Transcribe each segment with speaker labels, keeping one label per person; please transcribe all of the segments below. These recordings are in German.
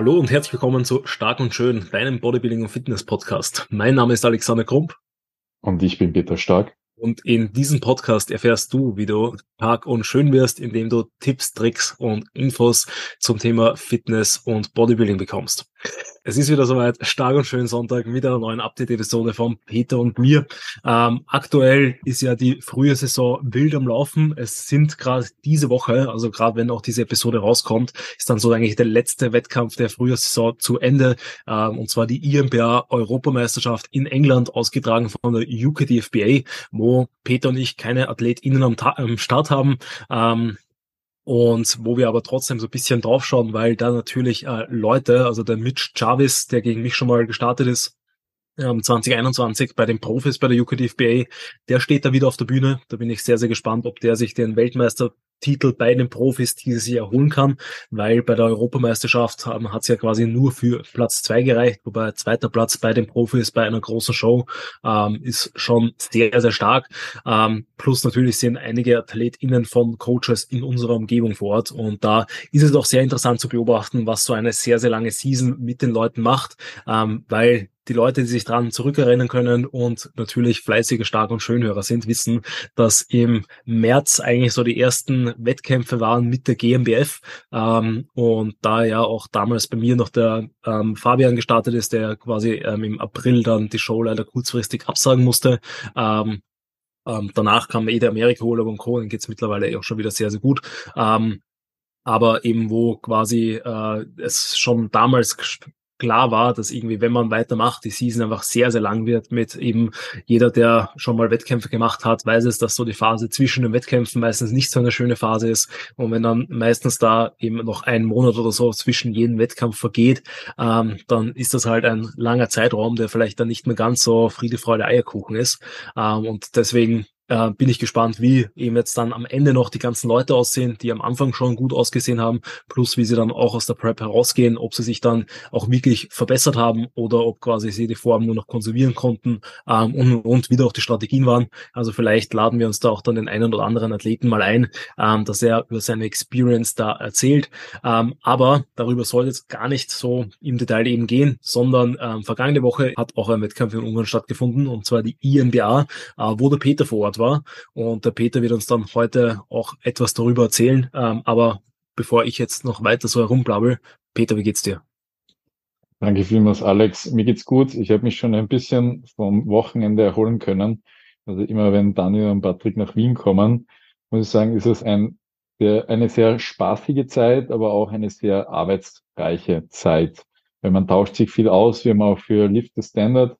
Speaker 1: Hallo und herzlich willkommen zu Stark und Schön, deinem Bodybuilding- und Fitness-Podcast. Mein Name ist Alexander Krump
Speaker 2: Und ich bin Peter Stark.
Speaker 1: und in diesem Podcast erfährst du, wie du stark und schön wirst, indem du Tipps, Tricks und Infos zum Thema Fitness und Bodybuilding bekommst. Es ist wieder soweit, Stark und Schön Sonntag mit einer neuen Update-Episode von Peter und mir. Aktuell ist ja die frühe Saison wild am Laufen. Es sind gerade diese Woche, also gerade wenn auch diese Episode rauskommt, ist dann so eigentlich der letzte Wettkampf der Frühjahrssaison zu Ende. Und zwar die INBA-Europameisterschaft in England, ausgetragen von der UKDFBA, wo Peter und ich keine AthletInnen am Start haben. Und wo wir aber trotzdem so ein bisschen draufschauen, weil da natürlich Leute, also der Mitch Jarvis, der gegen mich schon mal gestartet ist, 2021 bei den Profis bei der UKDFBA, der steht da wieder auf der Bühne. Da bin ich sehr, sehr gespannt, ob der sich den Weltmeistertitel bei den Profis dieses Jahr holen kann, weil bei der Europameisterschaft hat es ja quasi nur für Platz 2 gereicht, wobei zweiter Platz bei den Profis bei einer großen Show ist schon sehr, sehr stark. Plus natürlich sind einige AthletInnen von Coaches in unserer Umgebung vor Ort, und da ist es auch sehr interessant zu beobachten, was so eine sehr, sehr lange Season mit den Leuten macht, weil die Leute, die sich dran zurückerinnern können und natürlich fleißige Stark- und Schönhörer sind, wissen, dass im März eigentlich so die ersten Wettkämpfe waren mit der GmbF. Und da ja auch damals bei mir noch der Fabian gestartet ist, der quasi im April dann die Show leider kurzfristig absagen musste. Danach kam der Amerika-Urlaub und Co., dann geht's mittlerweile auch schon wieder sehr, sehr gut. Aber eben wo quasi es schon damals klar war, dass irgendwie, wenn man weitermacht, die Season einfach sehr, sehr lang wird mit eben jeder, der schon mal Wettkämpfe gemacht hat, weiß es, dass so die Phase zwischen den Wettkämpfen meistens nicht so eine schöne Phase ist. Und wenn dann meistens da eben noch ein Monat oder so zwischen jedem Wettkampf vergeht, dann ist das halt ein langer Zeitraum, der vielleicht dann nicht mehr ganz so Friede, Freude, Eierkuchen ist. Und deswegen bin ich gespannt, wie eben jetzt dann am Ende noch die ganzen Leute aussehen, die am Anfang schon gut ausgesehen haben, plus wie sie dann auch aus der Prep herausgehen, ob sie sich dann auch wirklich verbessert haben oder ob quasi sie die Form nur noch konservieren konnten, und wieder auch die Strategien waren. Also vielleicht laden wir uns da auch dann den einen oder anderen Athleten mal ein, dass er über seine Experience da erzählt. Aber darüber soll jetzt gar nicht so im Detail eben gehen, sondern vergangene Woche hat auch ein Wettkampf in Ungarn stattgefunden, und zwar die INBA, wo der Peter vor Ort war. Und der Peter wird uns dann heute auch etwas darüber erzählen. Aber bevor ich jetzt noch weiter so herumblabbel, Peter, wie geht's dir?
Speaker 2: Danke vielmals, Alex. Mir geht's gut. Ich habe mich schon ein bisschen vom Wochenende erholen können. Also immer wenn Daniel und Patrick nach Wien kommen, muss ich sagen, ist es eine sehr spaßige Zeit, aber auch eine sehr arbeitsreiche Zeit. Weil man tauscht sich viel aus. Wir haben auch für Lift the Standard,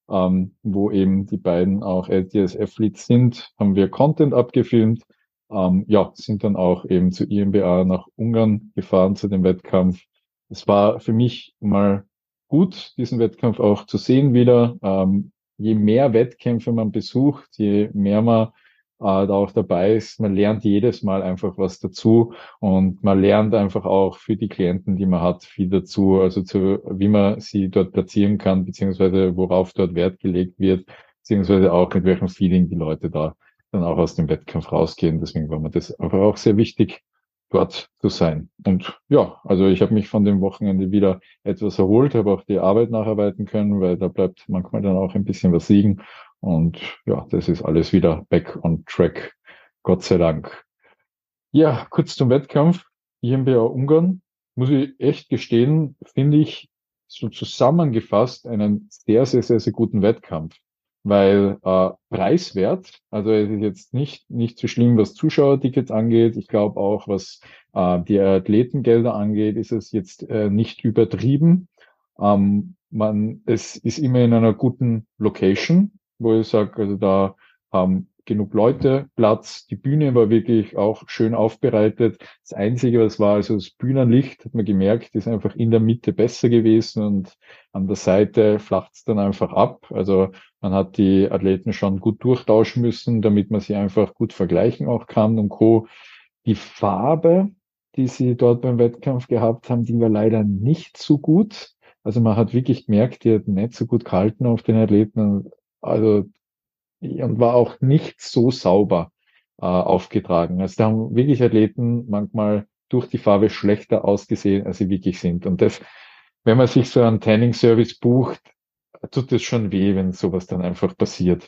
Speaker 2: wo eben die beiden auch LTS-Athletes sind, haben wir Content abgefilmt. Ja, sind dann auch eben zur INBA nach Ungarn gefahren zu dem Wettkampf. Es war für mich mal gut, diesen Wettkampf auch zu sehen wieder. Je mehr Wettkämpfe man besucht, je mehr man da auch dabei ist, man lernt jedes Mal einfach was dazu, und man lernt einfach auch für die Klienten, die man hat, viel dazu, also wie man sie dort platzieren kann, beziehungsweise worauf dort Wert gelegt wird, beziehungsweise auch mit welchem Feeling die Leute da dann auch aus dem Wettkampf rausgehen. Deswegen war mir das einfach auch sehr wichtig, dort zu sein. Und ja, also ich habe mich von dem Wochenende wieder etwas erholt, habe auch die Arbeit nacharbeiten können, weil da bleibt manchmal dann auch ein bisschen was liegen. Und ja, das ist alles wieder back on track, Gott sei Dank. Ja, kurz zum Wettkampf. INBA Ungarn, muss ich echt gestehen, finde ich so zusammengefasst einen sehr, sehr, sehr, sehr guten Wettkampf. Weil preiswert, also es ist jetzt nicht so schlimm, was Zuschauertickets angeht. Ich glaube auch, was die Athletengelder angeht, ist es jetzt nicht übertrieben. Es ist immer in einer guten Location, wo ich sage, also da haben genug Leute Platz. Die Bühne war wirklich auch schön aufbereitet. Das Einzige, was war, also das Bühnenlicht, hat man gemerkt, ist einfach in der Mitte besser gewesen, und an der Seite flacht es dann einfach ab. Also man hat die Athleten schon gut durchtauschen müssen, damit man sie einfach gut vergleichen auch kann und Co. Die Farbe, die sie dort beim Wettkampf gehabt haben, die war leider nicht so gut. Also man hat wirklich gemerkt, die hat nicht so gut gehalten auf den Athleten. Also und war auch nicht so sauber aufgetragen. Also da haben wirklich Athleten manchmal durch die Farbe schlechter ausgesehen, als sie wirklich sind. Und das wenn man sich so einen Training-Service bucht, tut es schon weh, wenn sowas dann einfach passiert.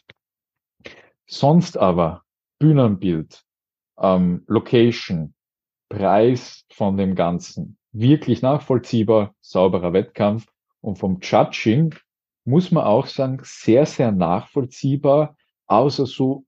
Speaker 2: Sonst aber Bühnenbild, Location, Preis von dem Ganzen, wirklich nachvollziehbar, sauberer Wettkampf und vom Judging muss man auch sagen, sehr, sehr nachvollziehbar, außer so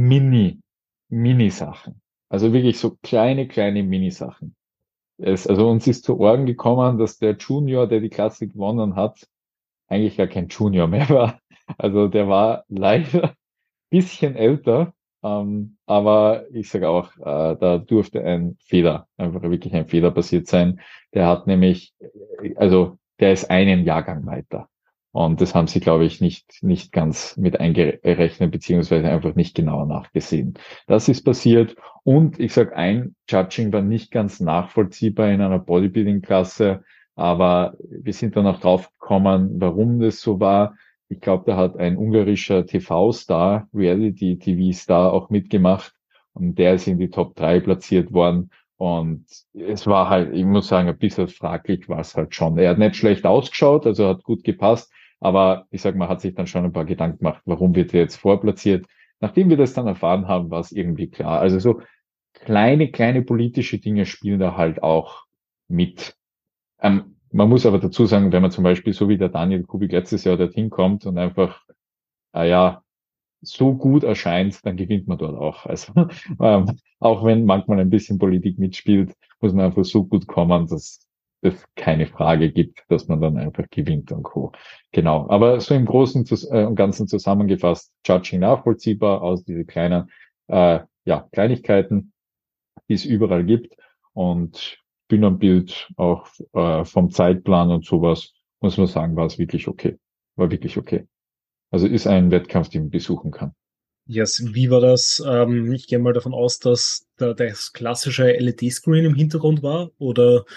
Speaker 2: Mini-Sachen. Also wirklich so kleine Mini-Sachen. Also uns ist zu Ohren gekommen, dass der Junior, der die Klasse gewonnen hat, eigentlich gar kein Junior mehr war. Also der war leider ein bisschen älter, aber ich sage auch, da durfte ein Fehler, einfach wirklich ein Fehler passiert sein. Der hat nämlich, also der ist einen Jahrgang weiter. Und das haben sie, glaube ich, nicht ganz mit eingerechnet, beziehungsweise einfach nicht genauer nachgesehen. Das ist passiert. Und ich sage, ein Judging war nicht ganz nachvollziehbar in einer Bodybuilding-Klasse, aber wir sind dann auch drauf gekommen, warum das so war. Ich glaube, da hat ein ungarischer TV-Star, Reality-TV-Star auch mitgemacht und der ist in die Top 3 platziert worden. Und es war halt, ich muss sagen, ein bisschen fraglich war es halt schon. Er hat nicht schlecht ausgeschaut, also hat gut gepasst, aber ich sag mal, hat sich dann schon ein paar Gedanken gemacht, warum wird er jetzt vorplatziert. Nachdem wir das dann erfahren haben, war es irgendwie klar. Also so kleine politische Dinge spielen da halt auch mit. Man muss aber dazu sagen, wenn man zum Beispiel so wie der Daniel Kubik letztes Jahr dorthin kommt und einfach, ja, so gut erscheint, dann gewinnt man dort auch. Also auch wenn manchmal ein bisschen Politik mitspielt, muss man einfach so gut kommen, dass es keine Frage gibt, dass man dann einfach gewinnt und Co. Genau. Aber so im Großen und Ganzen zusammengefasst, Judging nachvollziehbar aus diese kleinen ja, Kleinigkeiten, die es überall gibt. Und Bühnenbild auch vom Zeitplan und sowas, muss man sagen, war es wirklich okay. War wirklich okay. Also ist ein Wettkampf, den man besuchen kann.
Speaker 1: Yes, wie war das? Ich gehe mal davon aus, dass da das klassische LED-Screen im Hintergrund war oder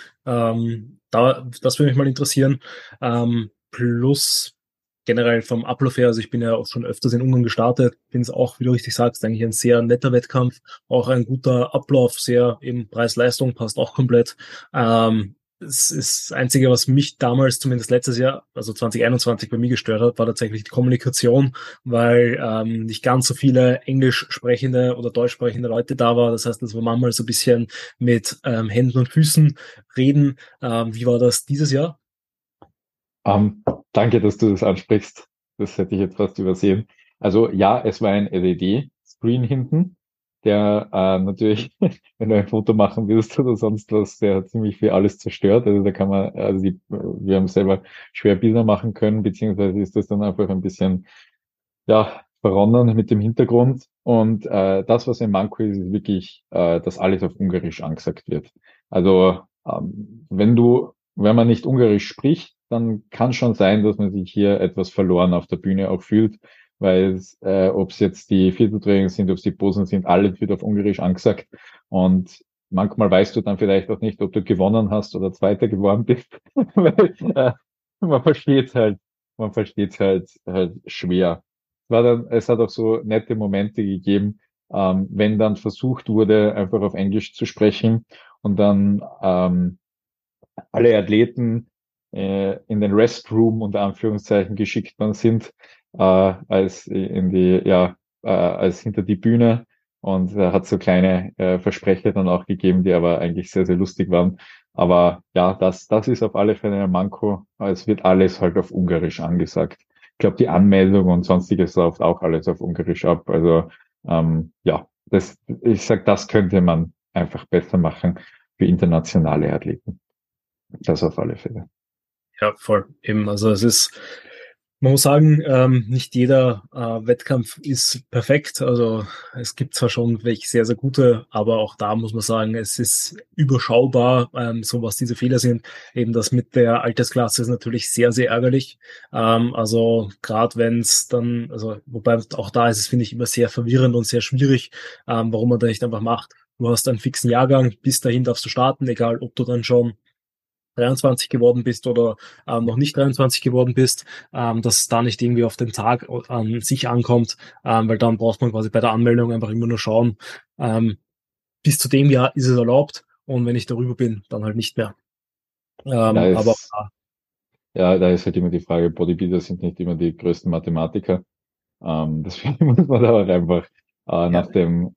Speaker 1: das würde mich mal interessieren. Plus generell vom Ablauf her, also ich bin ja auch schon öfters in Ungarn gestartet, finde es auch, wie du richtig sagst, eigentlich ein sehr netter Wettkampf, auch ein guter Ablauf, sehr eben Preis-Leistung passt auch komplett. Es ist das Einzige, was mich damals, zumindest letztes Jahr, also 2021 bei mir gestört hat, war tatsächlich die Kommunikation, weil nicht ganz so viele englisch sprechende oder deutsch sprechende Leute da war. Das heißt, das war manchmal so ein bisschen mit Händen und Füßen reden. Wie war das dieses Jahr?
Speaker 2: Danke, dass du das ansprichst. Das hätte ich jetzt fast übersehen. Also ja, es war ein LED-Screen hinten, der natürlich, wenn du ein Foto machen willst oder sonst was, der hat ziemlich viel alles zerstört. Also da kann man, wir haben selber schwer Bilder machen können, beziehungsweise ist das dann einfach ein bisschen, ja, verronnen mit dem Hintergrund. Und das, was ein Manko ist, ist wirklich, dass alles auf Ungarisch angesagt wird. Also wenn man nicht Ungarisch spricht, dann kann schon sein, dass man sich hier etwas verloren auf der Bühne auch fühlt, weil ob es jetzt die Vierteltraining sind, ob es die Posen sind, alles wird auf Ungarisch angesagt. Und manchmal weißt du dann vielleicht auch nicht, ob du gewonnen hast oder Zweiter geworden bist, weil man versteht halt, halt schwer. Es hat auch so nette Momente gegeben, wenn dann versucht wurde, einfach auf Englisch zu sprechen und dann alle Athleten in den Restroom unter Anführungszeichen geschickt worden sind, als in die, ja, als hinter die Bühne. Und er hat so kleine Versprecher dann auch gegeben, die aber eigentlich sehr, sehr lustig waren. Aber ja, das ist auf alle Fälle ein Manko. Es wird alles halt auf Ungarisch angesagt. Ich glaube, die Anmeldung und sonstiges läuft auch alles auf Ungarisch ab. Also ja, ich sag, das könnte man einfach besser machen für internationale Athleten. Das auf alle Fälle.
Speaker 1: Ja, voll. Eben, also es ist, man muss sagen, nicht jeder Wettkampf ist perfekt. Also es gibt zwar schon welche sehr, sehr gute, aber auch da muss man sagen, es ist überschaubar, so was diese Fehler sind. Eben das mit der Altersklasse ist natürlich sehr, sehr ärgerlich. Also gerade wenn es dann, also wobei auch da ist es, finde ich, immer sehr verwirrend und sehr schwierig, warum man da nicht einfach macht. Du hast einen fixen Jahrgang, bis dahin darfst du starten, egal ob du dann schon 23 geworden bist oder noch nicht 23 geworden bist, dass es da nicht irgendwie auf den Tag an sich ankommt, weil dann braucht man quasi bei der Anmeldung einfach immer nur schauen, bis zu dem Jahr ist es erlaubt und wenn ich darüber bin, dann halt nicht mehr.
Speaker 2: Ja,
Speaker 1: Aber
Speaker 2: Ja, da ist halt immer die Frage, Bodybuilder sind nicht immer die größten Mathematiker. Deswegen muss man da auch einfach
Speaker 1: Ja.
Speaker 2: nach dem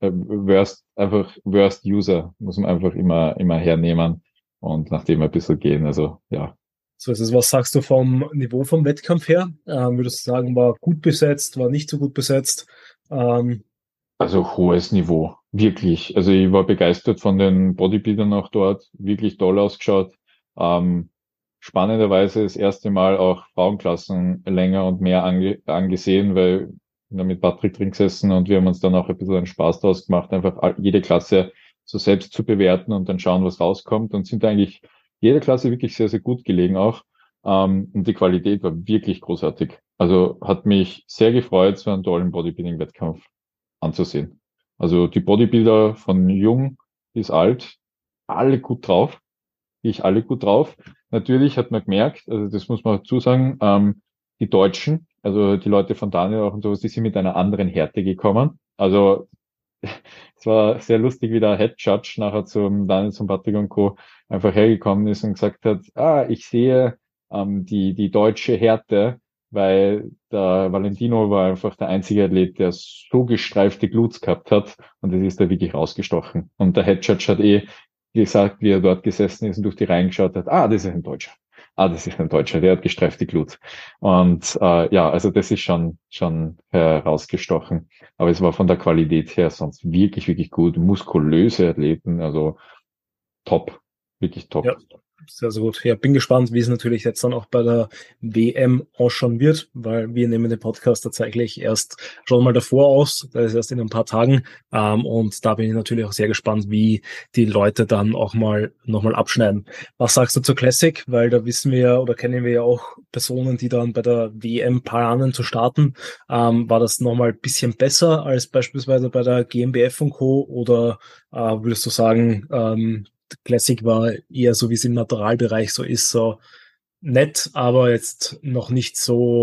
Speaker 2: Worst User muss man einfach immer hernehmen und nach dem ein bisschen gehen. Also ja,
Speaker 1: So ist es. Was sagst du vom Niveau vom Wettkampf her? Würdest du sagen, war gut besetzt, war nicht so gut besetzt? Ähm,
Speaker 2: also hohes Niveau, wirklich. Also ich war begeistert von den Bodybuildern auch dort, wirklich toll ausgeschaut. Ähm, Spannenderweise das erste Mal auch Frauenklassen länger und mehr angesehen, weil ich bin da mit Patrick drin gesessen und wir haben uns dann auch ein bisschen einen Spaß draus gemacht, einfach jede Klasse so selbst zu bewerten und dann schauen, was rauskommt und sind eigentlich jede Klasse wirklich sehr, sehr gut gelegen auch. Und die Qualität war wirklich großartig. Also hat mich sehr gefreut, so einen tollen Bodybuilding-Wettkampf anzusehen. Also die Bodybuilder von jung bis alt, alle gut drauf, ich alle gut drauf. Natürlich hat man gemerkt, also das muss man dazu sagen, die Deutschen, also die Leute von Daniel auch und sowas, die sind mit einer anderen Härte gekommen. Also es war sehr lustig, wie der Head Judge nachher zum Daniel, zum Patrick und Co. einfach hergekommen ist und gesagt hat, ich sehe die deutsche Härte, weil der Valentino war einfach der einzige Athlet, der so gestreifte Glutes gehabt hat und das ist da wirklich rausgestochen. Und der Head Judge hat gesagt, wie er dort gesessen ist und durch die Reihen geschaut hat, das ist ein Deutscher. Das ist ein Deutscher, der hat gestreifte Glutes. Und ja, also das ist schon herausgestochen. Aber es war von der Qualität her sonst wirklich, wirklich gut. Muskulöse Athleten, also top. Wirklich
Speaker 1: ja,
Speaker 2: top.
Speaker 1: sehr, sehr gut. Ja, bin gespannt, wie es natürlich jetzt dann auch bei der WM ausschauen wird, weil wir nehmen den Podcast tatsächlich erst schon mal davor aus. Das ist erst in ein paar Tagen. Und da bin ich natürlich auch sehr gespannt, wie die Leute dann auch mal nochmal abschneiden. Was sagst du zur Classic? Weil da wissen wir ja oder kennen wir ja auch Personen, die dann bei der WM planen zu starten. War das nochmal ein bisschen besser als beispielsweise bei der GmbF und Co. Oder würdest du sagen, Classic war eher so, wie es im Naturalbereich so ist, so nett, aber jetzt noch nicht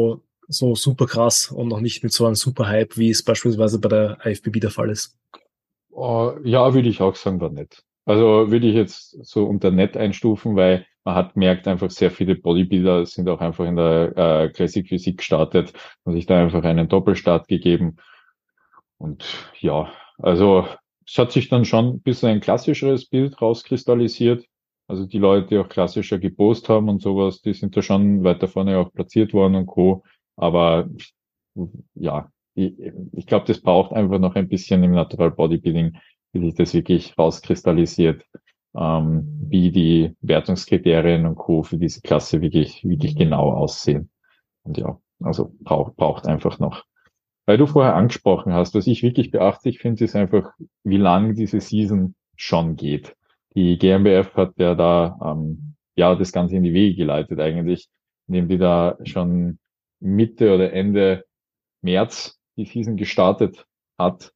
Speaker 1: so super krass und noch nicht mit so einem super Hype, wie es beispielsweise bei der IFBB der Fall ist.
Speaker 2: Ja, würde ich auch sagen, war nett. Also würde ich jetzt so unter nett einstufen, weil man hat gemerkt, einfach sehr viele Bodybuilder sind auch einfach in der Classic Physik gestartet und sich da einfach einen Doppelstart gegeben. Und ja, also es hat sich dann schon ein bisschen ein klassischeres Bild rauskristallisiert. Also die Leute, die auch klassischer gepostet haben und sowas, die sind da schon weiter vorne auch platziert worden und Co. Aber ja, ich glaube, das braucht einfach noch ein bisschen im Natural Bodybuilding, bis sich das wirklich rauskristallisiert, wie die Wertungskriterien und Co. für diese Klasse wirklich genau aussehen. Und ja, also braucht einfach noch. Weil du vorher angesprochen hast, was ich wirklich beachtlich finde, ist einfach, wie lang diese Season schon geht. Die GmbF hat ja da ja das Ganze in die Wege geleitet eigentlich, indem die da schon Mitte oder Ende März die Season gestartet hat.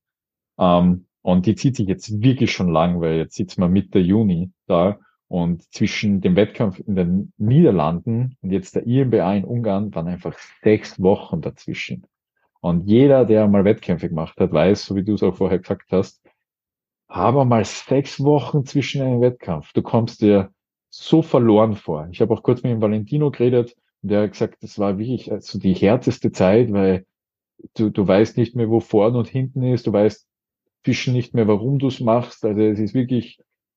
Speaker 2: Und die zieht sich jetzt wirklich schon lang, weil jetzt sitzt man Mitte Juni da und zwischen dem Wettkampf in den Niederlanden und jetzt der IMBA in Ungarn waren einfach 6 Wochen dazwischen. Und jeder, der mal Wettkämpfe gemacht hat, weiß, so wie du es auch vorher gesagt hast, aber mal 6 Wochen zwischen einem Wettkampf. Du kommst dir so verloren vor. Ich habe auch kurz mit dem Valentino geredet und der hat gesagt, das war wirklich also die härteste Zeit, weil du weißt nicht mehr, wo vorne und hinten ist, du weißt zwischen nicht mehr, warum du es machst. Also es ist wirklich,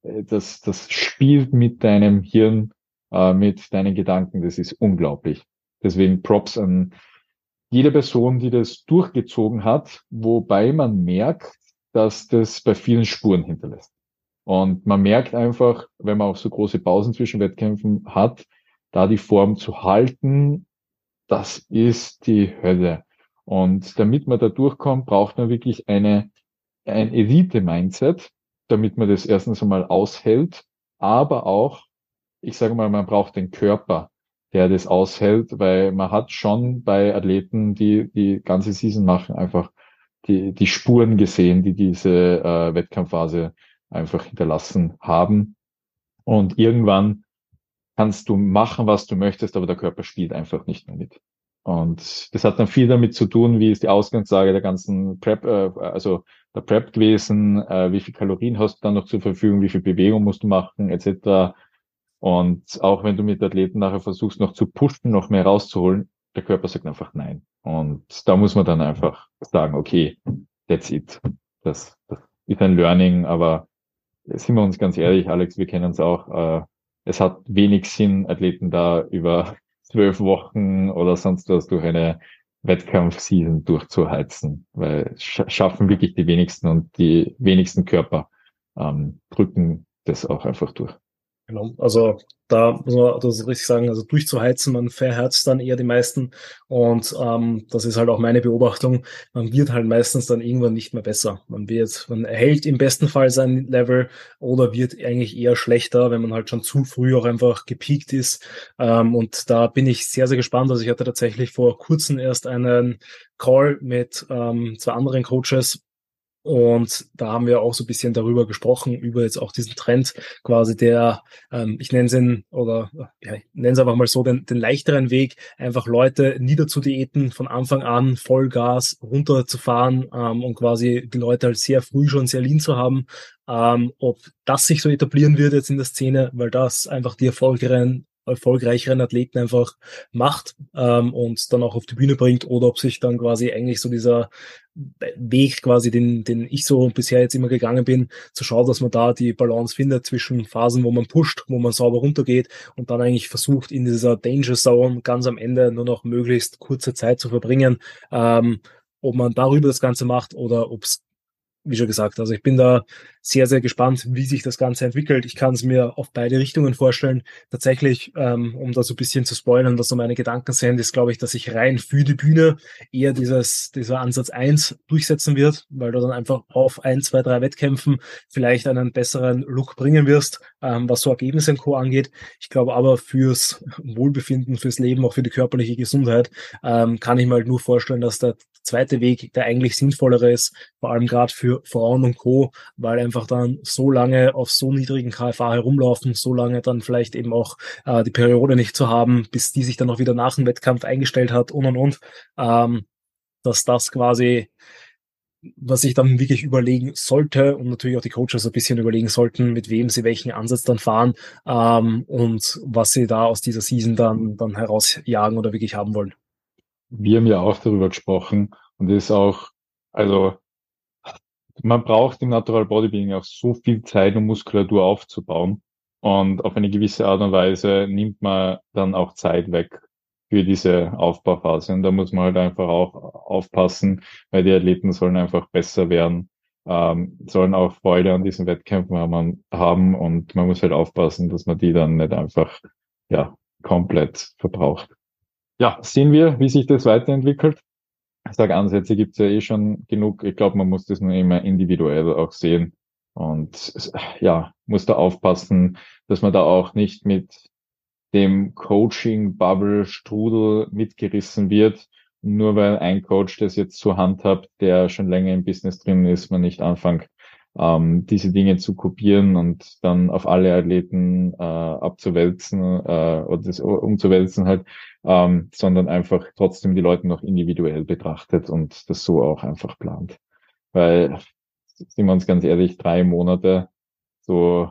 Speaker 2: das spielt mit deinem Hirn, mit deinen Gedanken. Das ist unglaublich. Deswegen Props an jede Person, die das durchgezogen hat, wobei man merkt, dass das bei vielen Spuren hinterlässt. Und man merkt einfach, wenn man auch so große Pausen zwischen Wettkämpfen hat, da die Form zu halten, das ist die Hölle. Und damit man da durchkommt, braucht man wirklich ein Elite-Mindset, damit man das erstens einmal aushält, aber auch, ich sage mal, man braucht den Körper, der das aushält, weil man hat schon bei Athleten, die die ganze Season machen, einfach die Spuren gesehen, die diese Wettkampfphase einfach hinterlassen haben. Und irgendwann kannst du machen, was du möchtest, aber der Körper spielt einfach nicht mehr mit. Und das hat dann viel damit zu tun, wie ist die Ausgangslage der ganzen Prep, also der Prep gewesen, wie viel Kalorien hast du dann noch zur Verfügung, wie viel Bewegung musst du machen, etc. Und auch wenn du mit Athleten nachher versuchst, noch zu pushen, noch mehr rauszuholen, der Körper sagt einfach nein. Und da muss man dann einfach sagen, okay, that's it. Das ist ein Learning, aber sind wir uns ganz ehrlich, Alex, wir kennen es auch, es hat wenig Sinn, Athleten da über 12 Wochen oder sonst was durch eine Wettkampfseason durchzuheizen, weil schaffen wirklich die wenigsten und die wenigsten Körper drücken das auch einfach durch.
Speaker 1: Genau. Also da muss man das richtig sagen, also durchzuheizen, man verhärzt dann eher die meisten und das ist halt auch meine Beobachtung, man wird halt meistens dann irgendwann nicht mehr besser. Man erhält im besten Fall sein Level oder wird eigentlich eher schlechter, wenn man halt schon zu früh auch einfach gepiekt ist. Und da bin ich sehr, sehr gespannt. Also ich hatte tatsächlich vor kurzem erst einen Call mit zwei anderen Coaches. Und da haben wir auch so ein bisschen darüber gesprochen, über jetzt auch diesen Trend quasi der, ich nenne es ich nenne es einfach mal so, den leichteren Weg, einfach Leute niederzudiäten, von Anfang an Vollgas runterzufahren und quasi die Leute halt sehr früh schon sehr lean zu haben. Ob das sich so etablieren wird jetzt in der Szene, weil das einfach die erfolgreicheren Athleten einfach macht und dann auch auf die Bühne bringt, oder ob sich dann quasi eigentlich so dieser Weg quasi, den ich so bisher jetzt immer gegangen bin, zu schauen, dass man da die Balance findet zwischen Phasen, wo man pusht, wo man sauber runtergeht und dann eigentlich versucht, in dieser Danger Zone ganz am Ende nur noch möglichst kurze Zeit zu verbringen. Ob man darüber das Ganze macht oder ob es, wie schon gesagt, also ich bin da sehr, sehr gespannt, wie sich das Ganze entwickelt. Ich kann es mir auf beide Richtungen vorstellen. Tatsächlich, um da so ein bisschen zu spoilern, was so meine Gedanken sind, ist, glaube ich, dass sich rein für die Bühne eher dieser Ansatz 1 durchsetzen wird, weil du dann einfach auf 1, 2, 3 Wettkämpfen vielleicht einen besseren Look bringen wirst, was so Ergebnisse und Co. angeht. Ich glaube aber fürs Wohlbefinden, fürs Leben, auch für die körperliche Gesundheit, kann ich mir halt nur vorstellen, dass der zweite Weg der eigentlich sinnvollere ist, vor allem gerade für Frauen und Co., weil einfach dann so lange auf so niedrigen KFA herumlaufen, so lange dann vielleicht eben auch die Periode nicht zu haben, bis die sich dann auch wieder nach dem Wettkampf eingestellt hat und. Dass das quasi, was ich dann wirklich überlegen sollte und natürlich auch die Coaches ein bisschen überlegen sollten, mit wem sie welchen Ansatz dann fahren und was sie da aus dieser Season dann herausjagen oder wirklich haben wollen.
Speaker 2: Wir haben ja auch darüber gesprochen und das ist auch, also man braucht im Natural Bodybuilding auch so viel Zeit, um Muskulatur aufzubauen. Und auf eine gewisse Art und Weise nimmt man dann auch Zeit weg für diese Aufbauphase. Und da muss man halt einfach auch aufpassen, weil die Athleten sollen einfach besser werden, sollen auch Freude an diesen Wettkämpfen haben und man muss halt aufpassen, dass man die dann nicht einfach, ja, komplett verbraucht. Ja, sehen wir, wie sich das weiterentwickelt. Ich sage, Ansätze gibt's ja eh schon genug. Ich glaube, man muss das nur immer individuell auch sehen. Und ja, muss da aufpassen, dass man da auch nicht mit dem Coaching-Bubble-Strudel mitgerissen wird. Nur weil ein Coach das jetzt zur Hand hat, der schon länger im Business drin ist, man nicht anfängt, diese Dinge zu kopieren und dann auf alle Athleten abzuwälzen oder das umzuwälzen halt, sondern einfach trotzdem die Leute noch individuell betrachtet und das so auch einfach plant. Weil, sind wir uns ganz ehrlich, 3 Monate so,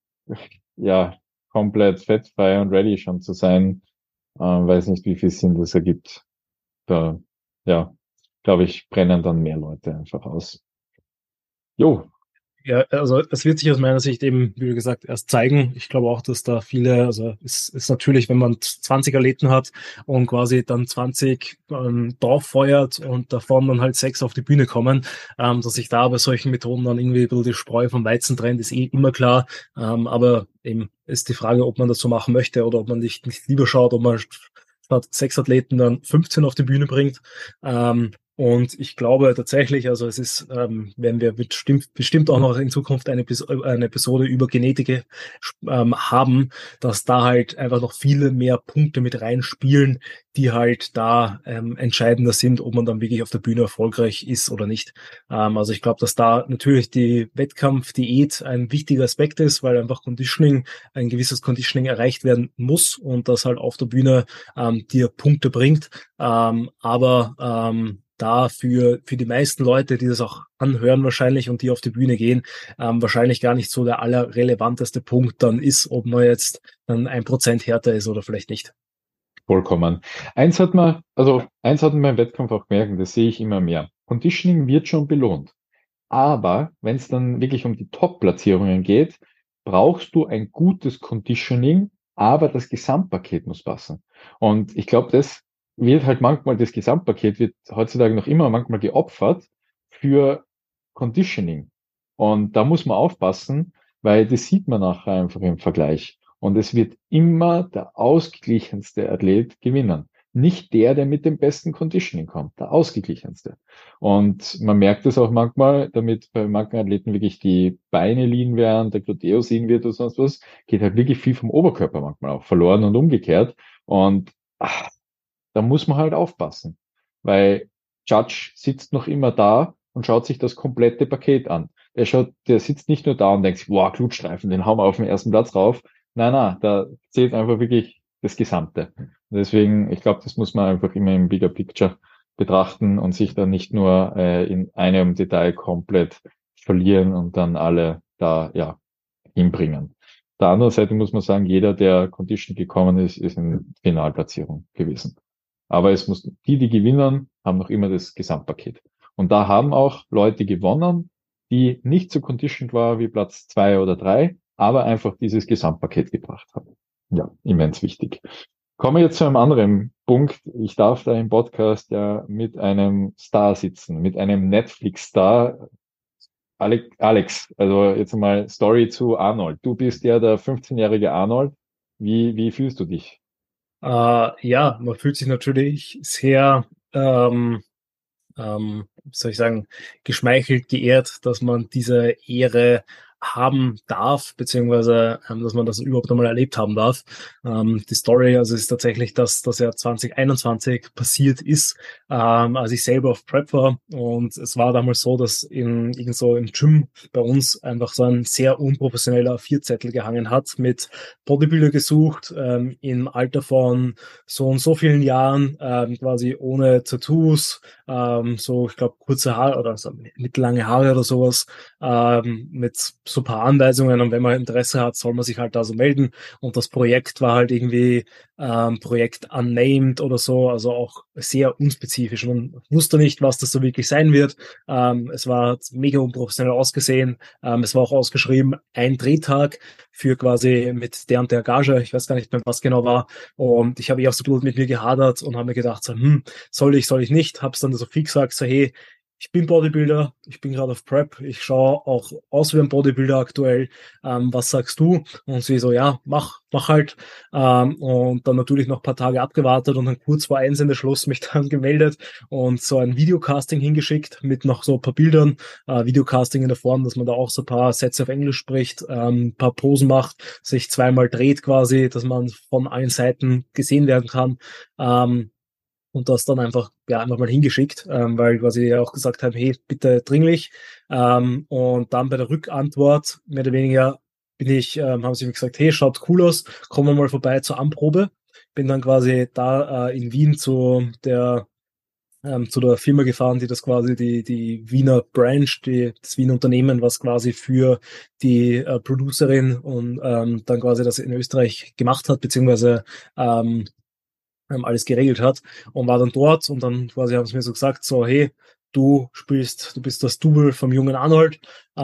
Speaker 2: ja, komplett fettfrei und ready schon zu sein, weiß nicht, wie viel Sinn das ergibt. Da, ja, glaube ich, brennen dann mehr Leute einfach aus. Jo,
Speaker 1: Ja, also es wird sich aus meiner Sicht eben, wie du gesagt, erst zeigen. Ich glaube auch, dass da viele, also es ist natürlich, wenn man 20 Athleten hat und quasi dann 20 drauf feuert und davon dann halt 6 auf die Bühne kommen, dass sich da bei solchen Methoden dann irgendwie ein bisschen die Spreu vom Weizen trennt, ist eh immer klar. Aber eben ist die Frage, ob man das so machen möchte oder ob man nicht lieber schaut, ob man statt 6 Athleten dann 15 auf die Bühne bringt. Und ich glaube tatsächlich, also es ist, werden wir bestimmt auch noch in Zukunft eine Episode über Genetik haben, dass da halt einfach noch viele mehr Punkte mit reinspielen, die halt da entscheidender sind, ob man dann wirklich auf der Bühne erfolgreich ist oder nicht. Also ich glaube, dass da natürlich die Wettkampfdiät ein wichtiger Aspekt ist, weil einfach ein gewisses Conditioning erreicht werden muss und das halt auf der Bühne dir Punkte bringt. Aber da für die meisten Leute, die das auch anhören wahrscheinlich und die auf die Bühne gehen, wahrscheinlich gar nicht so der allerrelevanteste Punkt dann ist, ob man jetzt dann 1% härter ist oder vielleicht nicht.
Speaker 2: Vollkommen. Eins hat man beim Wettkampf auch gemerkt, und das sehe ich immer mehr. Conditioning wird schon belohnt. Aber wenn es dann wirklich um die Top-Platzierungen geht, brauchst du ein gutes Conditioning, aber das Gesamtpaket muss passen. Und ich glaube, das Gesamtpaket wird heutzutage noch immer manchmal geopfert für Conditioning. Und da muss man aufpassen, weil das sieht man nachher einfach im Vergleich. Und es wird immer der ausgeglichenste Athlet gewinnen. Nicht der mit dem besten Conditioning kommt, der ausgeglichenste. Und man merkt es auch manchmal, damit bei manchen Athleten wirklich die Beine lean werden, der Gluteus lean wird oder sonst was, geht halt wirklich viel vom Oberkörper manchmal auch verloren und umgekehrt. Und da muss man halt aufpassen, weil Judge sitzt noch immer da und schaut sich das komplette Paket an. Der sitzt nicht nur da und denkt sich, wow, Glutstreifen, den hauen wir auf den ersten Platz rauf. Nein, nein, da zählt einfach wirklich das Gesamte. Und deswegen, ich glaube, das muss man einfach immer im Bigger Picture betrachten und sich dann nicht nur in einem Detail komplett verlieren und dann alle da ja hinbringen. Auf der anderen Seite muss man sagen, jeder, der Condition gekommen ist, ist in Finalplatzierung gewesen. Aber die gewinnen, haben noch immer das Gesamtpaket. Und da haben auch Leute gewonnen, die nicht so conditioned waren wie Platz 2 oder 3, aber einfach dieses Gesamtpaket gebracht haben. Ja, immens wichtig. Kommen wir jetzt zu einem anderen Punkt. Ich darf da im Podcast ja mit einem Star sitzen, mit einem Netflix-Star. Alex, also jetzt mal Story zu Arnold. Du bist ja der 15-jährige Arnold. Wie fühlst du dich?
Speaker 1: Ja, man fühlt sich natürlich sehr, wie soll ich sagen, geschmeichelt, geehrt, dass man diese Ehre haben darf, beziehungsweise dass man das überhaupt einmal erlebt haben darf. Die Story, also ist tatsächlich, dass das Jahr 2021 passiert ist, als ich selber auf Prep war. Und es war damals so, dass irgend so im Gym bei uns einfach so ein sehr unprofessioneller Vierzettel gehangen hat, mit Bodybuilder gesucht, im Alter von so und so vielen Jahren, quasi ohne Tattoos, so, ich glaube, kurze Haare oder so mittellange Haare oder sowas, mit so ein paar Anweisungen, und wenn man Interesse hat, soll man sich halt da so melden. Und das Projekt war halt irgendwie Projekt unnamed oder so, also auch sehr unspezifisch. Man wusste nicht, was das so wirklich sein wird. Es war mega unprofessionell ausgesehen. Es war auch ausgeschrieben, ein Drehtag für quasi mit der und der Gage. Ich weiß gar nicht mehr, was genau war. Und ich habe auch so gut mit mir gehadert und habe mir gedacht, so, soll ich nicht? Hab's dann so fix gesagt, so, hey, ich bin Bodybuilder, ich bin gerade auf Prep, ich schaue auch aus wie ein Bodybuilder aktuell. Was sagst du? Und sie so, ja, mach halt. Und dann natürlich noch ein paar Tage abgewartet und dann kurz vor Einsendeschluss mich dann gemeldet und so ein Videocasting hingeschickt mit noch so ein paar Bildern. Videocasting in der Form, dass man da auch so ein paar Sätze auf Englisch spricht, ein paar Posen macht, sich zweimal dreht quasi, dass man von allen Seiten gesehen werden kann. Und das dann einfach mal hingeschickt, weil quasi ja auch gesagt haben, hey, bitte dringlich. Und dann bei der Rückantwort, mehr oder weniger, haben sie mir gesagt, hey, schaut cool aus, kommen wir mal vorbei zur Anprobe. Bin dann quasi da in Wien zu der Firma gefahren, die das quasi die Wiener Branch, das Wiener Unternehmen, was quasi für die Producerin und dann quasi das in Österreich gemacht hat, beziehungsweise alles geregelt hat, und war dann dort, und dann quasi haben sie mir so gesagt, so, hey, du bist das Double vom jungen Arnold,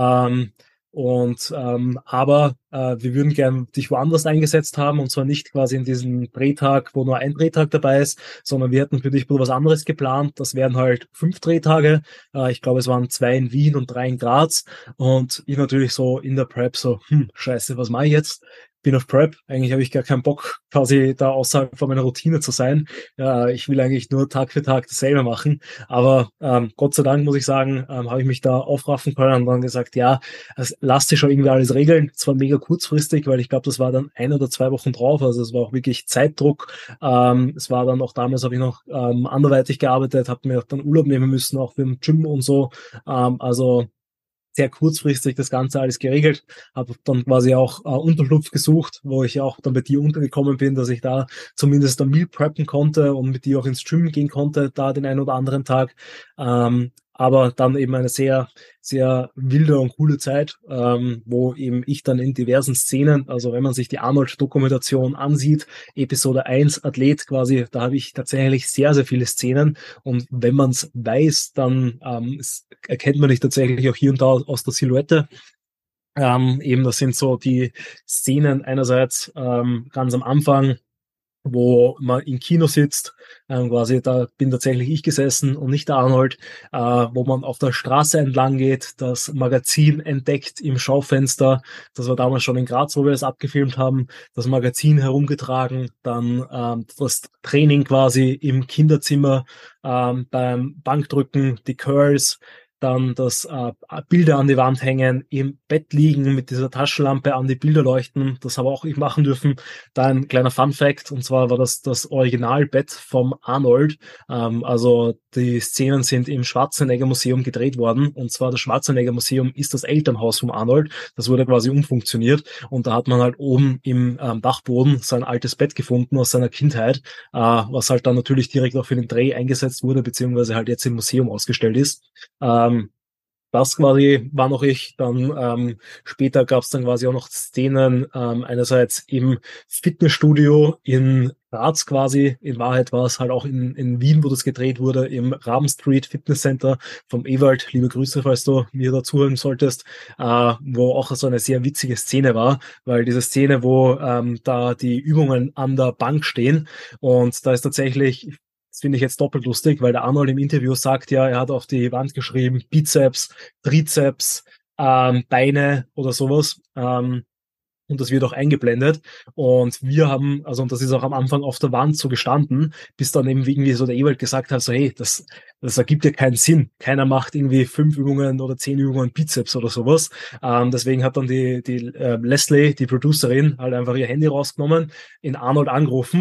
Speaker 1: aber wir würden gern dich woanders eingesetzt haben, und zwar nicht quasi in diesem Drehtag, wo nur ein Drehtag dabei ist, sondern wir hätten für dich was anderes geplant. Das wären halt 5 Drehtage. Ich glaube, es waren 2 in Wien und 3 in Graz, und ich natürlich so in der Prep so, scheiße, was mache ich jetzt? Bin auf Prep, eigentlich habe ich gar keinen Bock, quasi da außerhalb von meiner Routine zu sein. Ich will eigentlich nur Tag für Tag dasselbe machen. Aber Gott sei Dank, muss ich sagen, habe ich mich da aufraffen können und dann gesagt, ja, lass dich schon irgendwie alles regeln. Zwar mega kurzfristig, weil ich glaube, das war dann 1 oder 2 Wochen drauf. Also es war auch wirklich Zeitdruck. Es war dann auch damals, habe ich noch anderweitig gearbeitet, habe mir auch dann Urlaub nehmen müssen, auch für den Gym und so. Also sehr kurzfristig das Ganze alles geregelt, habe dann quasi auch Unterschlupf gesucht, wo ich auch dann bei dir untergekommen bin, dass ich da zumindest ein Meal preppen konnte und mit dir auch ins Gym gehen konnte, da den einen oder anderen Tag. Aber dann eben eine sehr, sehr wilde und coole Zeit, wo eben ich dann in diversen Szenen, also wenn man sich die Arnold-Dokumentation ansieht, Episode 1 Athlet quasi, da habe ich tatsächlich sehr, sehr viele Szenen und wenn man es weiß, dann erkennt man dich tatsächlich auch hier und da aus der Silhouette. Eben, das sind so die Szenen einerseits ganz am Anfang, wo man im Kino sitzt, quasi, da bin tatsächlich ich gesessen und nicht der Arnold, wo man auf der Straße entlang geht, das Magazin entdeckt im Schaufenster, das war damals schon in Graz, wo wir das abgefilmt haben, das Magazin herumgetragen, dann das Training quasi im Kinderzimmer, beim Bankdrücken, die Curls, dann das Bilder an die Wand hängen, im Bett liegen, mit dieser Taschenlampe an die Bilder leuchten, das habe auch ich machen dürfen. Da ein kleiner Fun Fact, und zwar war das Originalbett vom Arnold. Also die Szenen sind im Schwarzenegger Museum gedreht worden, und zwar das Schwarzenegger Museum ist das Elternhaus vom Arnold. Das wurde quasi umfunktioniert und da hat man halt oben im Dachboden sein altes Bett gefunden aus seiner Kindheit, was halt dann natürlich direkt auch für den Dreh eingesetzt wurde, beziehungsweise halt jetzt im Museum ausgestellt ist. Das quasi war noch ich. Dann später gab es dann quasi auch noch Szenen, einerseits im Fitnessstudio in Graz quasi. In Wahrheit war es halt auch in Wien, wo das gedreht wurde, im Raben Street Fitness Center vom Ewald. Liebe Grüße, falls du mir da zuhören solltest, wo auch so eine sehr witzige Szene war, weil diese Szene, wo da die Übungen an der Bank stehen und da ist tatsächlich, das finde ich jetzt doppelt lustig, weil der Arnold im Interview sagt ja, er hat auf die Wand geschrieben, Bizeps, Trizeps, Beine oder sowas. Und das wird auch eingeblendet. Und wir haben, also und das ist auch am Anfang auf der Wand so gestanden, bis dann eben irgendwie so der Ewald gesagt hat, so hey, das ergibt ja keinen Sinn. Keiner macht irgendwie 5 Übungen oder 10 Übungen Bizeps oder sowas. Deswegen hat dann die Leslie, die Producerin, halt einfach ihr Handy rausgenommen, in Arnold angerufen.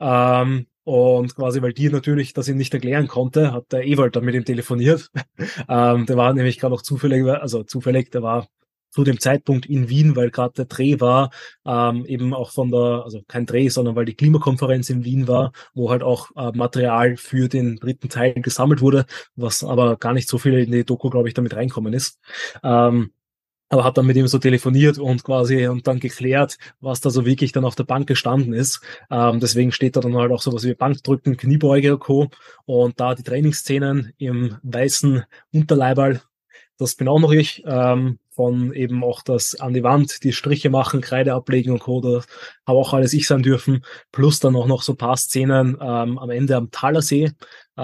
Speaker 1: Und quasi, weil die natürlich das ihm nicht erklären konnte, hat der Ewald dann mit ihm telefoniert. Der war nämlich gerade auch zufällig, der war zu dem Zeitpunkt in Wien, weil gerade der Dreh war, eben auch also kein Dreh, sondern weil die Klimakonferenz in Wien war, wo halt auch Material für den 3. Teil gesammelt wurde, was aber gar nicht so viel in die Doku, glaube ich, damit reinkommen ist. Aber hat dann mit ihm so telefoniert und quasi und dann geklärt, was da so wirklich dann auf der Bank gestanden ist. Deswegen steht da dann halt auch sowas wie Bankdrücken, Kniebeuge und Co. Und da die Trainingsszenen im weißen Unterleiberl, das bin auch noch ich, von eben auch das an die Wand, die Striche machen, Kreide ablegen und Co. Das habe auch alles ich sein dürfen. Plus dann auch noch so ein paar Szenen am Ende am Thalersee,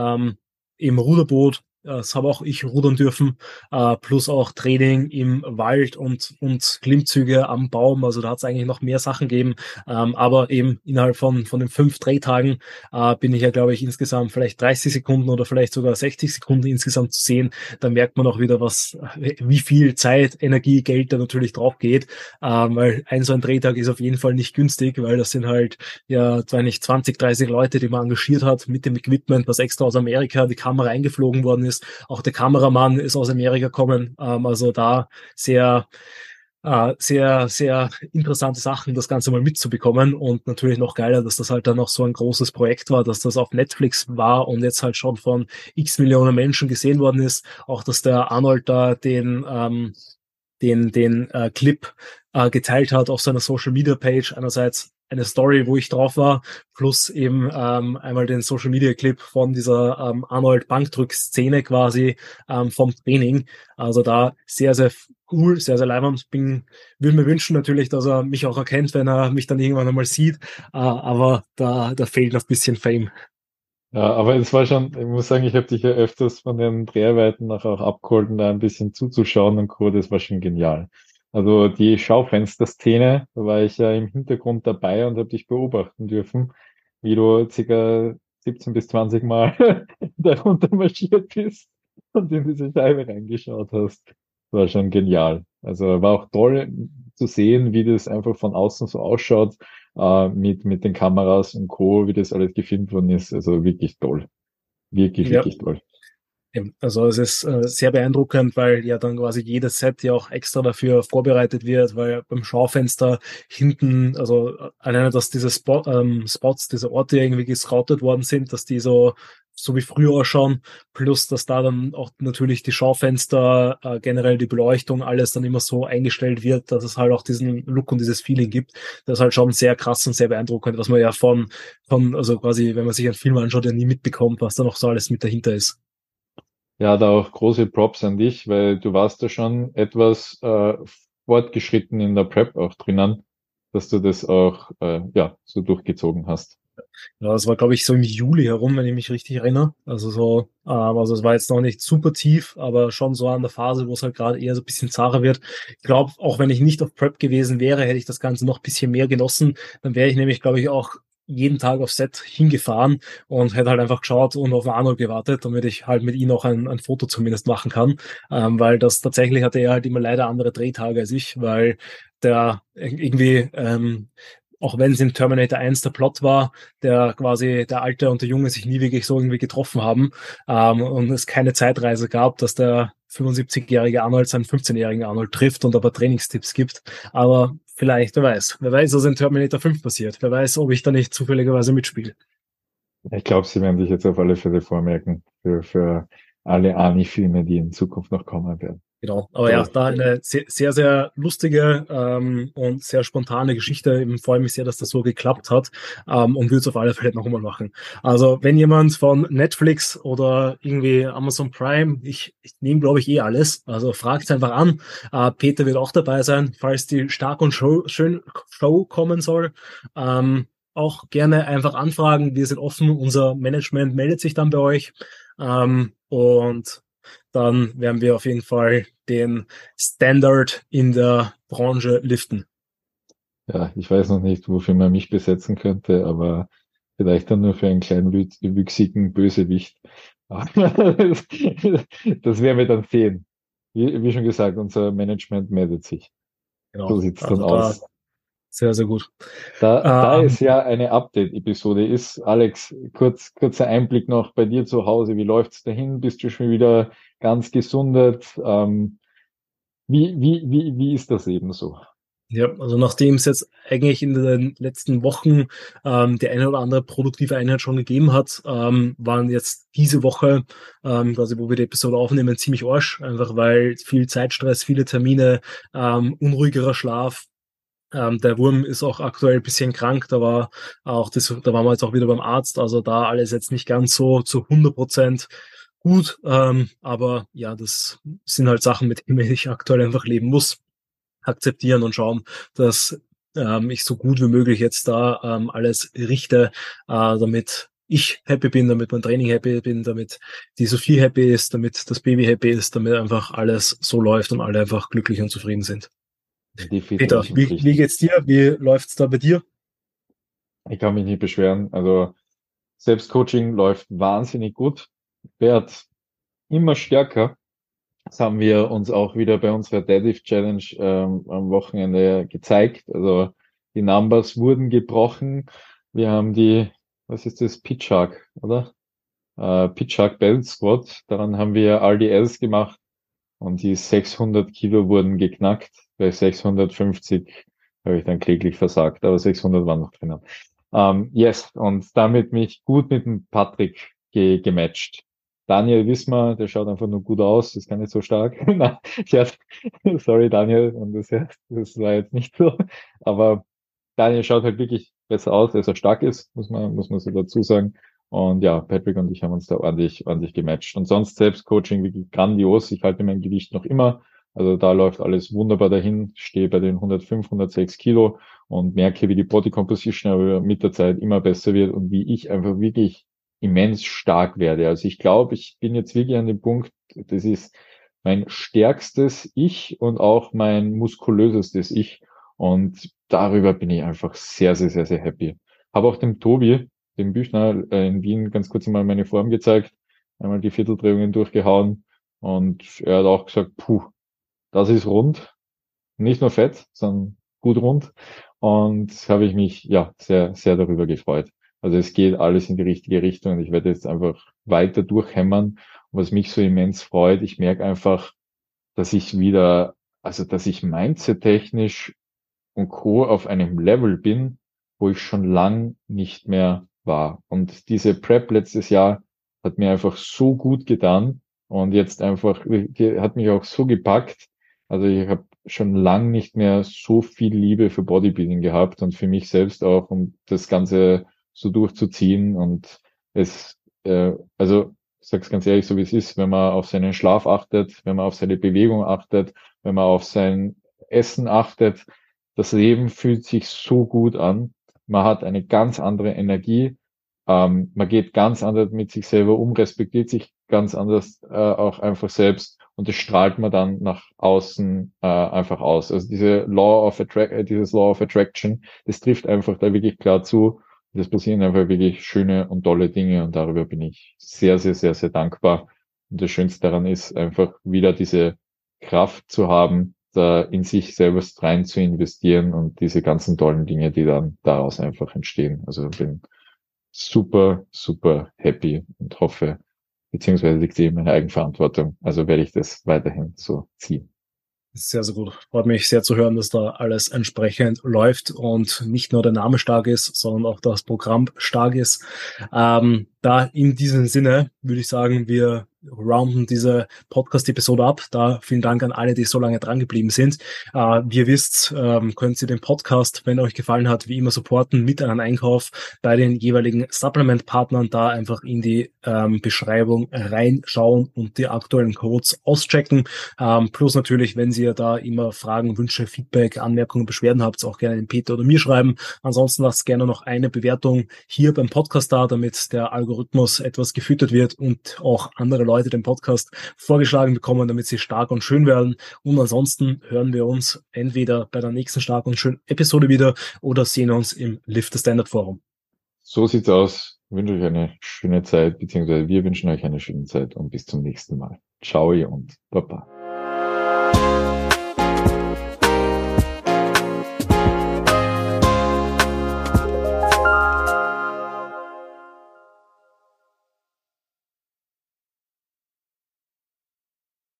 Speaker 1: im Ruderboot. Das habe auch ich rudern dürfen, plus auch Training im Wald und Klimmzüge am Baum. Also da hat es eigentlich noch mehr Sachen gegeben. Aber eben innerhalb von den 5 Drehtegen bin ich ja, glaube ich, insgesamt vielleicht 30 Sekunden oder vielleicht sogar 60 Sekunden insgesamt zu sehen. Da merkt man auch wieder, wie viel Zeit, Energie, Geld da natürlich drauf geht. Weil so ein Drehtag ist auf jeden Fall nicht günstig, weil das sind halt ja zwar nicht 20, 30 Leute, die man engagiert hat mit dem Equipment, was extra aus Amerika die Kamera eingeflogen worden ist. Auch der Kameramann ist aus Amerika gekommen. Also da sehr, sehr, sehr interessante Sachen, das Ganze mal mitzubekommen. Und natürlich noch geiler, dass das halt dann auch so ein großes Projekt war, dass das auf Netflix war und jetzt halt schon von x Millionen Menschen gesehen worden ist. Auch, dass der Arnold da den Clip geteilt hat auf seiner Social Media Page. Einerseits eine Story, wo ich drauf war, plus eben einmal den Social Media Clip von dieser Arnold Bankdrück-Szene quasi vom Training. Also da sehr, sehr cool, sehr, sehr leibend. Würde mir wünschen natürlich, dass er mich auch erkennt, wenn er mich dann irgendwann einmal sieht. Aber da fehlt noch ein bisschen Fame.
Speaker 2: Ja, aber es war schon, ich muss sagen, ich habe dich ja öfters von den Dreharbeiten nachher auch abgeholt, da ein bisschen zuzuschauen und Co., das war schon genial. Also die Schaufensterszene, da war ich ja im Hintergrund dabei und habe dich beobachten dürfen, wie du circa 17 bis 20 Mal da runter marschiert bist und in diese Scheibe reingeschaut hast. Das war schon genial. Also war auch toll zu sehen, wie das einfach von außen so ausschaut, mit den Kameras und Co., wie das alles gefilmt worden ist. Also wirklich toll. Wirklich,
Speaker 1: Ja.
Speaker 2: wirklich toll.
Speaker 1: Also es ist sehr beeindruckend, weil ja dann quasi jedes Set ja auch extra dafür vorbereitet wird, weil ja beim Schaufenster hinten, also alleine, dass diese Spots, diese Orte irgendwie gescoutet worden sind, dass die so wie früher ausschauen, plus dass da dann auch natürlich die Schaufenster, generell die Beleuchtung, alles dann immer so eingestellt wird, dass es halt auch diesen Look und dieses Feeling gibt. Das ist halt schon sehr krass und sehr beeindruckend, was man ja also quasi, wenn man sich einen Film anschaut, ja nie mitbekommt, was da noch so alles mit dahinter ist.
Speaker 2: Ja, da auch große Props an dich, weil du warst da schon etwas fortgeschritten in der Prep auch drinnen, dass du das auch ja so durchgezogen hast.
Speaker 1: Ja, das war, glaube ich, so im Juli herum, wenn ich mich richtig erinnere. Also es war jetzt noch nicht super tief, aber schon so an der Phase, wo es halt gerade eher so ein bisschen zahrer wird. Ich glaube, auch wenn ich nicht auf Prep gewesen wäre, hätte ich das Ganze noch ein bisschen mehr genossen. Dann wäre ich nämlich, glaube ich, auch jeden Tag auf Set hingefahren und hätte halt einfach geschaut und auf den Arnold gewartet, damit ich halt mit ihm auch ein Foto zumindest machen kann. Weil das tatsächlich hatte er halt immer leider andere Drehtage als ich, weil der irgendwie auch wenn es in Terminator 1 der Plot war, der quasi der Alte und der Junge sich nie wirklich so irgendwie getroffen haben, und es keine Zeitreise gab, dass der 75-jährige Arnold seinen 15-jährigen Arnold trifft und aber Trainingstipps gibt. Aber vielleicht, wer weiß, was in Terminator 5 passiert. Wer weiß, ob ich da nicht zufälligerweise mitspiele.
Speaker 2: Ich glaube, sie werden dich jetzt auf alle Fälle vormerken für alle Ani-Filme, die in Zukunft noch kommen werden.
Speaker 1: Genau, aber ja,
Speaker 2: Toll.
Speaker 1: da eine sehr, sehr lustige und sehr spontane Geschichte. Ich freue mich sehr, dass das so geklappt hat, und würde es auf alle Fälle noch einmal machen. Also wenn jemand von Netflix oder irgendwie Amazon Prime, ich nehme glaube ich alles, also fragt einfach an. Peter wird auch dabei sein, falls die Stark und schön Show kommen soll. Auch gerne einfach anfragen, wir sind offen, unser Management meldet sich dann bei euch. Und dann werden wir auf jeden Fall den Standard in der Branche liften.
Speaker 2: Ja, ich weiß noch nicht, wofür man mich besetzen könnte, aber vielleicht dann nur für einen kleinen wüchsigen Bösewicht. Das werden wir dann sehen. Wie schon gesagt, unser Management meldet sich.
Speaker 1: Genau.
Speaker 2: So sieht's dann
Speaker 1: Also da
Speaker 2: aus.
Speaker 1: sehr, sehr gut.
Speaker 2: Da
Speaker 1: Ähm,
Speaker 2: es ja eine Update-Episode ist, Alex, kurzer Einblick noch bei dir zu Hause. Wie läuft's dahin? Bist du schon wieder ganz gesundet? Wie ist das eben so?
Speaker 1: ja, also nachdem es jetzt eigentlich in den letzten Wochen die eine oder andere produktive Einheit schon gegeben hat, waren jetzt diese Woche, quasi wo wir die Episode aufnehmen, ziemlich Arsch, einfach weil viel Zeitstress, viele Termine, unruhigerer Schlaf. Der Wurm ist auch aktuell ein bisschen krank, da waren wir jetzt auch wieder beim Arzt, also da alles jetzt nicht ganz so zu 100% gut, aber ja, das sind halt Sachen, mit denen ich aktuell einfach leben muss, akzeptieren und schauen, dass ich so gut wie möglich jetzt da alles richte, damit ich happy bin, damit mein Training happy bin, damit die Sophie happy ist, damit das Baby happy ist, damit einfach alles so läuft und alle einfach glücklich und zufrieden sind. Peter,
Speaker 2: Definitiv
Speaker 1: wie
Speaker 2: richtig.
Speaker 1: geht's dir? Wie läuft's da bei dir?
Speaker 2: Ich kann mich nicht beschweren. Also Selbstcoaching läuft wahnsinnig gut, wird immer stärker. Das haben wir uns auch wieder bei unserer Deadlift Challenge am Wochenende gezeigt. Also die Numbers wurden gebrochen. Wir haben was ist das? Pitch Shark, oder? Pitch Shark Belt Squat. Daran haben wir RDLs gemacht und die 600 Kilo wurden geknackt. Bei 650 habe ich dann kläglich versagt, aber 600 waren noch drinnen. Yes, und damit mich gut mit dem Patrick gematcht. Daniel Wismar, der schaut einfach nur gut aus, ist gar nicht so stark. Nein, Scherz. Sorry, Daniel, und das war jetzt nicht so. Aber Daniel schaut halt wirklich besser aus, als er stark ist, muss man so dazu sagen. Und ja, Patrick und ich haben uns da ordentlich gematcht. Und sonst Selbstcoaching wirklich grandios. Ich halte mein Gewicht noch immer. Also da läuft alles wunderbar dahin. Stehe bei den 105, 106 Kilo und merke, wie die Body Composition aber mit der Zeit immer besser wird und wie ich einfach wirklich immens stark werde. Also ich glaube, ich bin jetzt wirklich an dem Punkt, das ist mein stärkstes Ich und auch mein muskulösestes Ich. Und darüber bin ich einfach sehr happy. Habe auch dem Tobi, dem Büchner in Wien, ganz kurz einmal meine Form gezeigt, einmal die Vierteldrehungen durchgehauen und er hat auch gesagt, puh, das ist rund, nicht nur fett, sondern gut rund und habe ich mich ja sehr darüber gefreut. Also es geht alles in die richtige Richtung und ich werde jetzt einfach weiter durchhämmern. Und was mich so immens freut, ich merke einfach, dass ich wieder, also dass ich mindset-technisch und Co. auf einem Level bin, wo ich schon lang nicht mehr war. Und diese Prep letztes Jahr hat mir einfach so gut getan und jetzt einfach, die hat mich auch so gepackt. Also ich habe schon lang nicht mehr so viel Liebe für Bodybuilding gehabt und für mich selbst auch, um das Ganze so durchzuziehen. Und also ich sag's ganz ehrlich, so wie es ist, wenn man auf seinen Schlaf achtet, wenn man auf seine Bewegung achtet, wenn man auf sein Essen achtet, das Leben fühlt sich so gut an. Man hat eine ganz andere Energie. Man geht ganz anders mit sich selber um, respektiert sich ganz anders auch einfach selbst und das strahlt man dann nach außen einfach aus. Also dieses Law of Attraction, das trifft einfach da wirklich klar zu. Das passieren einfach wirklich schöne und tolle Dinge und darüber bin ich sehr, sehr, sehr, sehr dankbar. Und das Schönste daran ist einfach wieder diese Kraft zu haben, da in sich selbst rein zu investieren und diese ganzen tollen Dinge, die dann daraus einfach entstehen. Also bin super, super happy und hoffe, beziehungsweise liegt in meiner Eigenverantwortung. Also werde ich das weiterhin so ziehen.
Speaker 1: Sehr, sehr gut. Freut mich sehr zu hören, dass da alles entsprechend läuft und nicht nur der Name stark ist, sondern auch das Programm stark ist. Da in diesem Sinne würde ich sagen, wir rounden diese Podcast-Episode ab. Da vielen Dank an alle, die so lange dran geblieben sind. Wie ihr wisst, könnt ihr den Podcast, wenn er euch gefallen hat, wie immer supporten mit einem Einkauf bei den jeweiligen Supplement-Partnern. Da einfach in die Beschreibung reinschauen und die aktuellen Codes auschecken. Plus natürlich, wenn ihr da immer Fragen, Wünsche, Feedback, Anmerkungen, Beschwerden habt, auch gerne den Peter oder mir schreiben. Ansonsten lasst gerne noch eine Bewertung hier beim Podcast da, damit der Algorithmus etwas gefüttert wird und auch andere Leute den Podcast vorgeschlagen bekommen, damit sie stark und schön werden. Und ansonsten hören wir uns entweder bei der nächsten stark und schönen Episode wieder oder sehen uns im Lift the Standard Forum.
Speaker 2: So sieht's aus. Ich wünsche euch eine schöne Zeit, beziehungsweise wir wünschen euch eine schöne Zeit und bis zum nächsten Mal. Ciao und Baba.